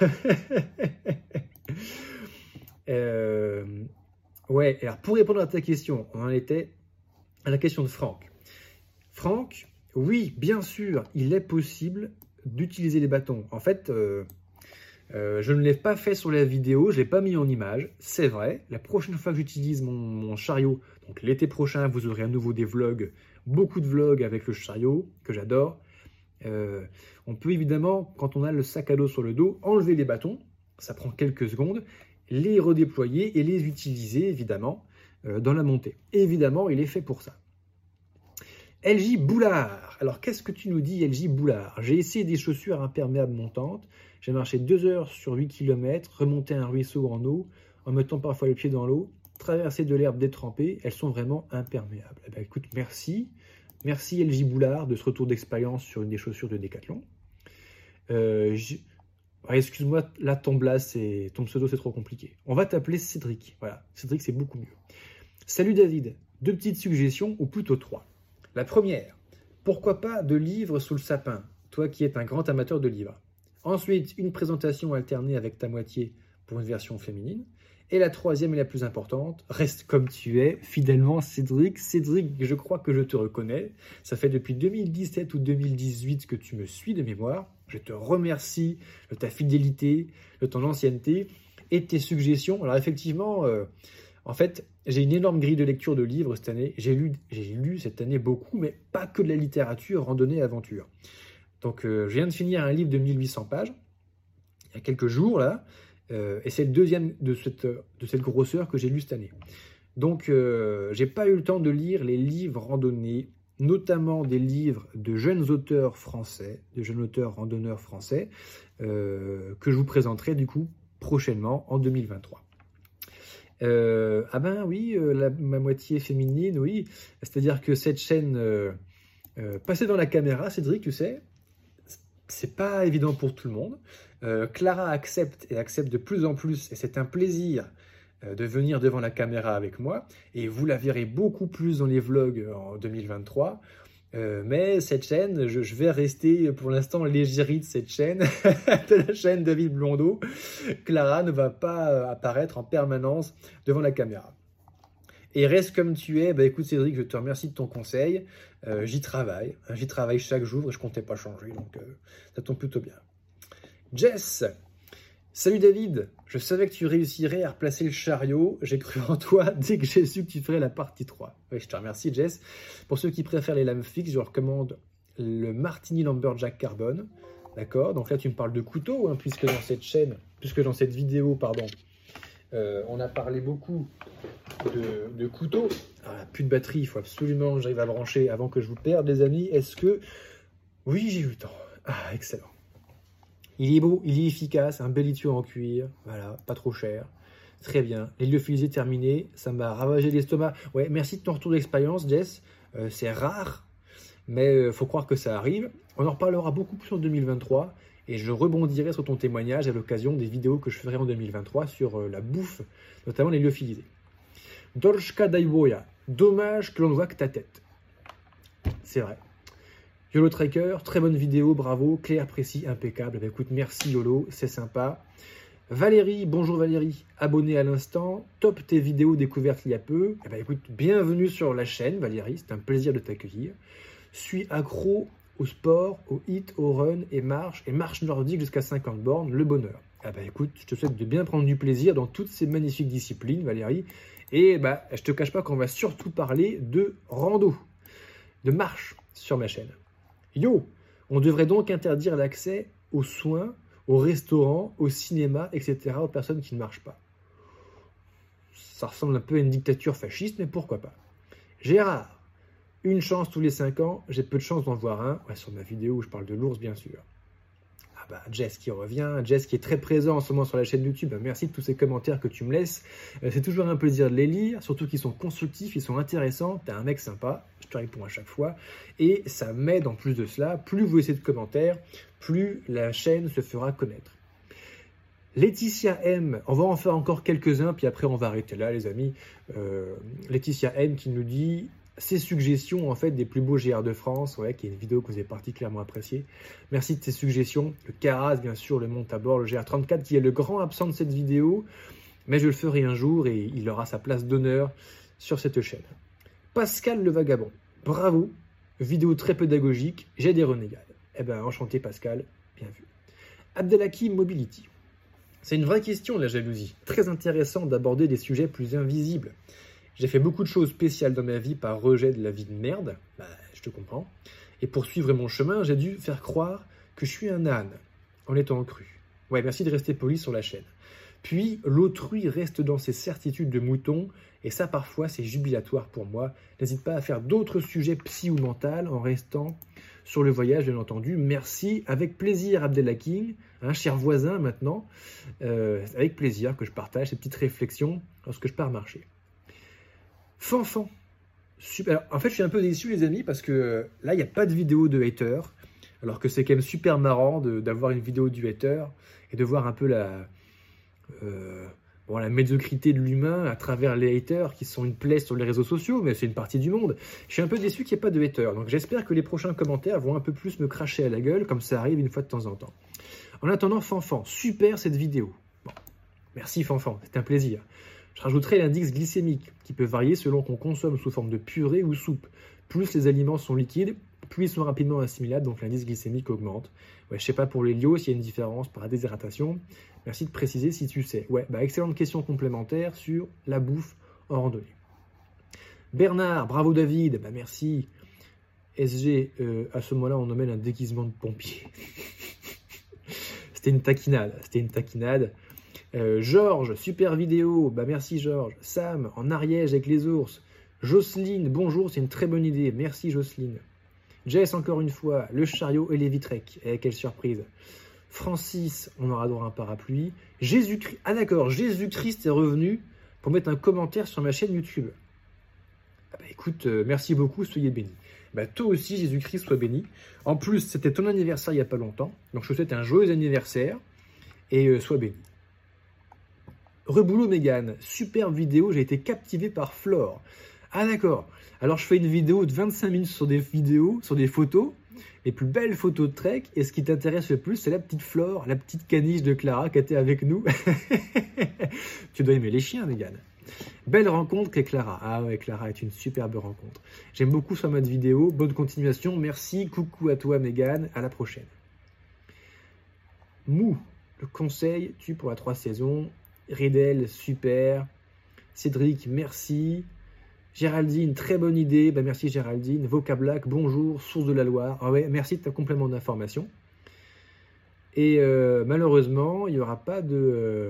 Ouais, alors pour répondre à ta question, on en était à la question de Franck. Franck, oui, bien sûr, il est possible d'utiliser les bâtons. En fait... je ne l'ai pas fait sur la vidéo, je ne l'ai pas mis en image, c'est vrai. La prochaine fois que j'utilise mon chariot, donc l'été prochain, vous aurez à nouveau des vlogs, beaucoup de vlogs avec le chariot, que j'adore. On peut évidemment, quand on a le sac à dos sur le dos, enlever les bâtons, ça prend quelques secondes, les redéployer et les utiliser évidemment dans la montée. Et évidemment, il est fait pour ça. LJ Boulard. Alors, qu'est-ce que tu nous dis, LJ Boulard? J'ai essayé des chaussures imperméables montantes. J'ai marché 2 heures sur 8 km, remonté un ruisseau en eau, en mettant parfois les pieds dans l'eau, traversé de l'herbe détrempée. Elles sont vraiment imperméables. Eh ben, écoute, merci. Merci LJ Boulard de ce retour d'expérience sur une des chaussures de Decathlon. Excuse-moi, là, ton pseudo, c'est trop compliqué. On va t'appeler Cédric. Voilà, Cédric, c'est beaucoup mieux. Salut David. 2 petites suggestions, ou plutôt 3. La première, pourquoi pas de livres sous le sapin, toi qui es un grand amateur de livres. Ensuite, une présentation alternée avec ta moitié pour une version féminine. Et la troisième et la plus importante, reste comme tu es, fidèlement Cédric. Cédric, je crois que je te reconnais. Ça fait depuis 2017 ou 2018 que tu me suis de mémoire. Je te remercie de ta fidélité, de ton ancienneté et de tes suggestions. Alors effectivement, en fait, j'ai une énorme grille de lecture de livres cette année. J'ai lu cette année beaucoup, mais pas que de la littérature, randonnée, aventure. Donc je viens de finir un livre de 1800 pages, il y a quelques jours là. Et c'est le deuxième de cette grosseur que j'ai lu cette année. Donc, j'ai pas eu le temps de lire les livres randonnés, notamment des livres de jeunes auteurs français, de jeunes auteurs randonneurs français, que je vous présenterai du coup prochainement en 2023. Ah ben oui, ma moitié féminine, oui. C'est-à-dire que cette chaîne passer dans la caméra, Cédric, tu sais, c'est pas évident pour tout le monde. Clara accepte de plus en plus, et c'est un plaisir de venir devant la caméra avec moi, et vous la verrez beaucoup plus dans les vlogs en 2023. Mais cette chaîne, je vais rester pour l'instant l'égérie de cette chaîne, de la chaîne David Blondeau. Clara ne va pas apparaître en permanence devant la caméra. Et reste comme tu es. Bah écoute Cédric, je te remercie de ton conseil. J'y travaille chaque jour et je comptais pas changer, donc ça tombe plutôt bien. Jess, salut David, je savais que tu réussirais à replacer le chariot, j'ai cru en toi dès que j'ai su que tu ferais la partie 3. Oui, je te remercie Jess. Pour ceux qui préfèrent les lames fixes, je recommande le Martini Lumberjack Carbone. D'accord, donc là tu me parles de couteau, hein, puisque dans cette vidéo, on a parlé beaucoup de couteaux. Alors, plus de batterie, il faut absolument que j'arrive à brancher avant que je vous perde, les amis. Est-ce que... Oui, j'ai eu le temps. Ah, excellent. Il est beau, il est efficace, un bel étui en cuir, voilà, pas trop cher. Très bien. Les lyophilisés terminés, ça m'a ravagé l'estomac. Ouais, merci de ton retour d'expérience, Jess. C'est rare, mais faut croire que ça arrive. On en reparlera beaucoup plus en 2023. Et je rebondirai sur ton témoignage à l'occasion des vidéos que je ferai en 2023 sur la bouffe, notamment les lyophilisés. Dorshka Daiboya, dommage que l'on ne voit que ta tête. C'est vrai. YOLO Tracker, très bonne vidéo, bravo, clair, précis, impeccable. Bah, écoute, merci YOLO, c'est sympa. Valérie, bonjour Valérie, abonnée à l'instant, top tes vidéos découvertes il y a peu. Eh ben, écoute, bienvenue sur la chaîne Valérie, c'est un plaisir de t'accueillir. Suis accro au sport, au hit, au run et marche nordique jusqu'à 50 bornes, le bonheur. Ah bah écoute, je te souhaite de bien prendre du plaisir dans toutes ces magnifiques disciplines, Valérie. Et bah, je te cache pas qu'on va surtout parler de rando, de marche sur ma chaîne. Yo, on devrait donc interdire l'accès aux soins, aux restaurants, au cinéma, etc. aux personnes qui ne marchent pas. Ça ressemble un peu à une dictature fasciste, mais pourquoi pas. Gérard, une chance tous les 5 ans, j'ai peu de chance d'en voir un. Ouais, sur ma vidéo où je parle de l'ours, bien sûr. Ah bah, Jess qui revient, Jess qui est très présent en ce moment sur la chaîne YouTube. Merci de tous ces commentaires que tu me laisses. C'est toujours un plaisir de les lire, surtout qu'ils sont constructifs, ils sont intéressants. T'es un mec sympa, je te réponds à chaque fois. Et ça m'aide en plus de cela. Plus vous laissez de commentaires, plus la chaîne se fera connaître. Laetitia M, on va en faire encore quelques-uns, puis après on va arrêter là, les amis. Laetitia M qui nous dit... Ces suggestions en fait des plus beaux GR de France, ouais, qui est une vidéo que vous avez particulièrement appréciée. Merci de ces suggestions. Le Caras, bien sûr, le monte à bord, le GR34 qui est le grand absent de cette vidéo, mais je le ferai un jour et il aura sa place d'honneur sur cette chaîne. Pascal le Vagabond, bravo, vidéo très pédagogique, j'ai des renégades. Eh ben enchanté Pascal, bien vu. Abdelhakim Mobility. C'est une vraie question la jalousie. Très intéressant d'aborder des sujets plus invisibles. J'ai fait beaucoup de choses spéciales dans ma vie par rejet de la vie de merde, bah, je te comprends. Et pour suivre mon chemin, j'ai dû faire croire que je suis un âne, en étant cru. Ouais, merci de rester poli sur la chaîne. Puis l'autrui reste dans ses certitudes de mouton, et ça parfois c'est jubilatoire pour moi. N'hésite pas à faire d'autres sujets psy ou mental en restant sur le voyage, bien entendu. Merci, avec plaisir Abdelhaking, cher voisin maintenant. Avec plaisir que je partage ces petites réflexions lorsque je pars marcher. Fanfan. Super. Alors, en fait, je suis un peu déçu, les amis, parce que là, il n'y a pas de vidéo de hater, alors que c'est quand même super marrant d'avoir une vidéo du hater et de voir un peu la médiocrité de l'humain à travers les haters qui sont une plaie sur les réseaux sociaux, mais c'est une partie du monde. Je suis un peu déçu qu'il n'y ait pas de haters, donc j'espère que les prochains commentaires vont un peu plus me cracher à la gueule, comme ça arrive une fois de temps en temps. En attendant, Fanfan, super cette vidéo. Bon, merci Fanfan, c'est un plaisir. Je rajouterai l'indice glycémique, qui peut varier selon qu'on consomme sous forme de purée ou soupe. Plus les aliments sont liquides, plus ils sont rapidement assimilables, donc l'indice glycémique augmente. Ouais, je sais pas pour l'hélio s'il y a une différence par la déshydratation. Merci de préciser si tu sais. Ouais, excellente question complémentaire sur la bouffe en randonnée. Bernard, bravo David, merci. SG, à ce moment-là, on nommait un déguisement de pompier. C'était une taquinade. Georges, super vidéo, merci Georges. Sam, en Ariège avec les ours. Jocelyne, bonjour, c'est une très bonne idée, merci Jocelyne. Jess, encore une fois, le chariot et les vitrecs, quelle surprise. Francis, on aura droit à un parapluie. Jésus-Christ, d'accord, Jésus-Christ est revenu pour mettre un commentaire sur ma chaîne YouTube. Écoute, merci beaucoup, soyez bénis. Toi aussi, Jésus-Christ, sois béni. En plus, c'était ton anniversaire il n'y a pas longtemps, donc je te souhaite un joyeux anniversaire et sois béni. Reboulot Mégane, superbe vidéo, j'ai été captivé par Flore. Ah d'accord, alors je fais une vidéo de 25 minutes sur des photos, les plus belles photos de trek, et ce qui t'intéresse le plus, c'est la petite Flore, la petite caniche de Clara qui était avec nous. Tu dois aimer les chiens, Mégane. Belle rencontre avec Clara. Ah ouais, Clara est une superbe rencontre. J'aime beaucoup ce format de vidéo, bonne continuation, merci, coucou à toi Mégane, à la prochaine. Mou, le conseil, tu pour la 3 saisons. Ridel, super. Cédric, merci. Géraldine, très bonne idée. Merci Géraldine. Vocablac, bonjour. Source de la Loire. Ah ouais, merci de ta complément d'information. Et malheureusement, il n'y aura pas de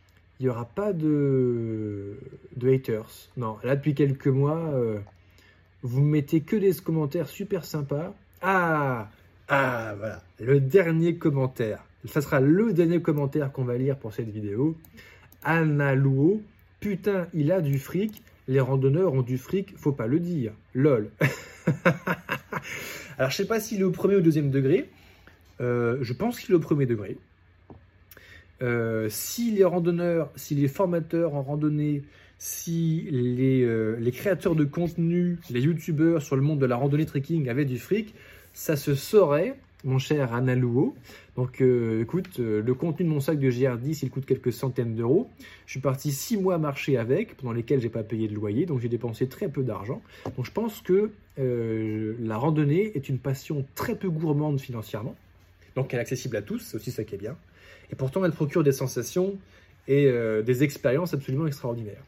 haters. Non, là depuis quelques mois, vous mettez que des commentaires super sympas. Ah, voilà, le dernier commentaire. Ça sera le dernier commentaire qu'on va lire pour cette vidéo. Anna Louo, putain, il a du fric. Les randonneurs ont du fric, faut pas le dire. Lol. Alors, je sais pas s'il est au premier ou au deuxième degré. Je pense qu'il est au premier degré. Si les randonneurs, si les formateurs en randonnée, si les créateurs de contenu, les youtubeurs sur le monde de la randonnée trekking avaient du fric, ça se saurait, mon cher Anna Louo. Donc écoute, le contenu de mon sac de GR10, il coûte quelques centaines d'euros. Je suis parti 6 mois marcher avec, pendant lesquels j'ai pas payé de loyer, donc j'ai dépensé très peu d'argent. Donc je pense que la randonnée est une passion très peu gourmande financièrement. Donc elle est accessible à tous, c'est aussi ça qui est bien. Et pourtant elle procure des sensations et des expériences absolument extraordinaires.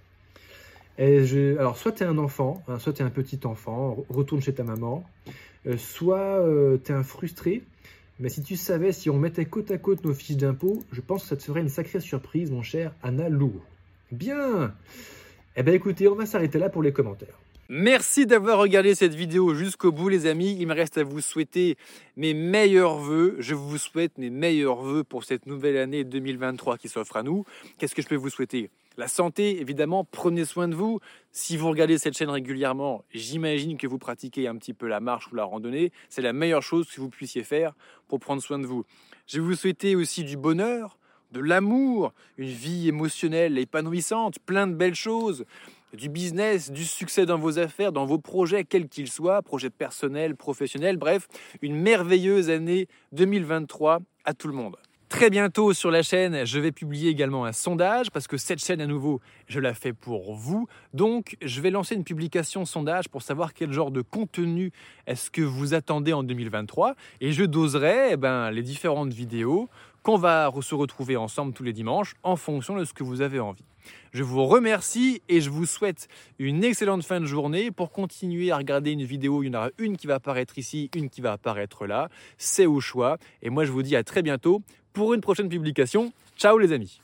Alors soit tu es un enfant, soit tu es un petit enfant, retourne chez ta maman, soit tu es un frustré. Mais si tu savais, si on mettait côte à côte nos fiches d'impôts, je pense que ça te ferait une sacrée surprise, mon cher Anna Lou. Bien. Écoutez, on va s'arrêter là pour les commentaires. Merci d'avoir regardé cette vidéo jusqu'au bout, les amis. Il me reste à vous souhaiter mes meilleurs vœux. Je vous souhaite mes meilleurs vœux pour cette nouvelle année 2023 qui s'offre à nous. Qu'est-ce que je peux vous souhaiter ? La santé, évidemment, prenez soin de vous. Si vous regardez cette chaîne régulièrement, j'imagine que vous pratiquez un petit peu la marche ou la randonnée. C'est la meilleure chose que vous puissiez faire pour prendre soin de vous. Je vais vous souhaiter aussi du bonheur, de l'amour, une vie émotionnelle épanouissante, plein de belles choses, du business, du succès dans vos affaires, dans vos projets, quels qu'ils soient, projets personnels, professionnels, bref, une merveilleuse année 2023 à tout le monde. Très bientôt sur la chaîne, je vais publier également un sondage parce que cette chaîne à nouveau, je la fais pour vous. Donc, je vais lancer une publication sondage pour savoir quel genre de contenu est-ce que vous attendez en 2023 et je doserai les différentes vidéos qu'on va se retrouver ensemble tous les dimanches en fonction de ce que vous avez envie. Je vous remercie et je vous souhaite une excellente fin de journée. Pour continuer à regarder une vidéo, il y en aura une qui va apparaître ici, une qui va apparaître là. C'est au choix. Et moi, je vous dis à très bientôt pour une prochaine publication. Ciao les amis!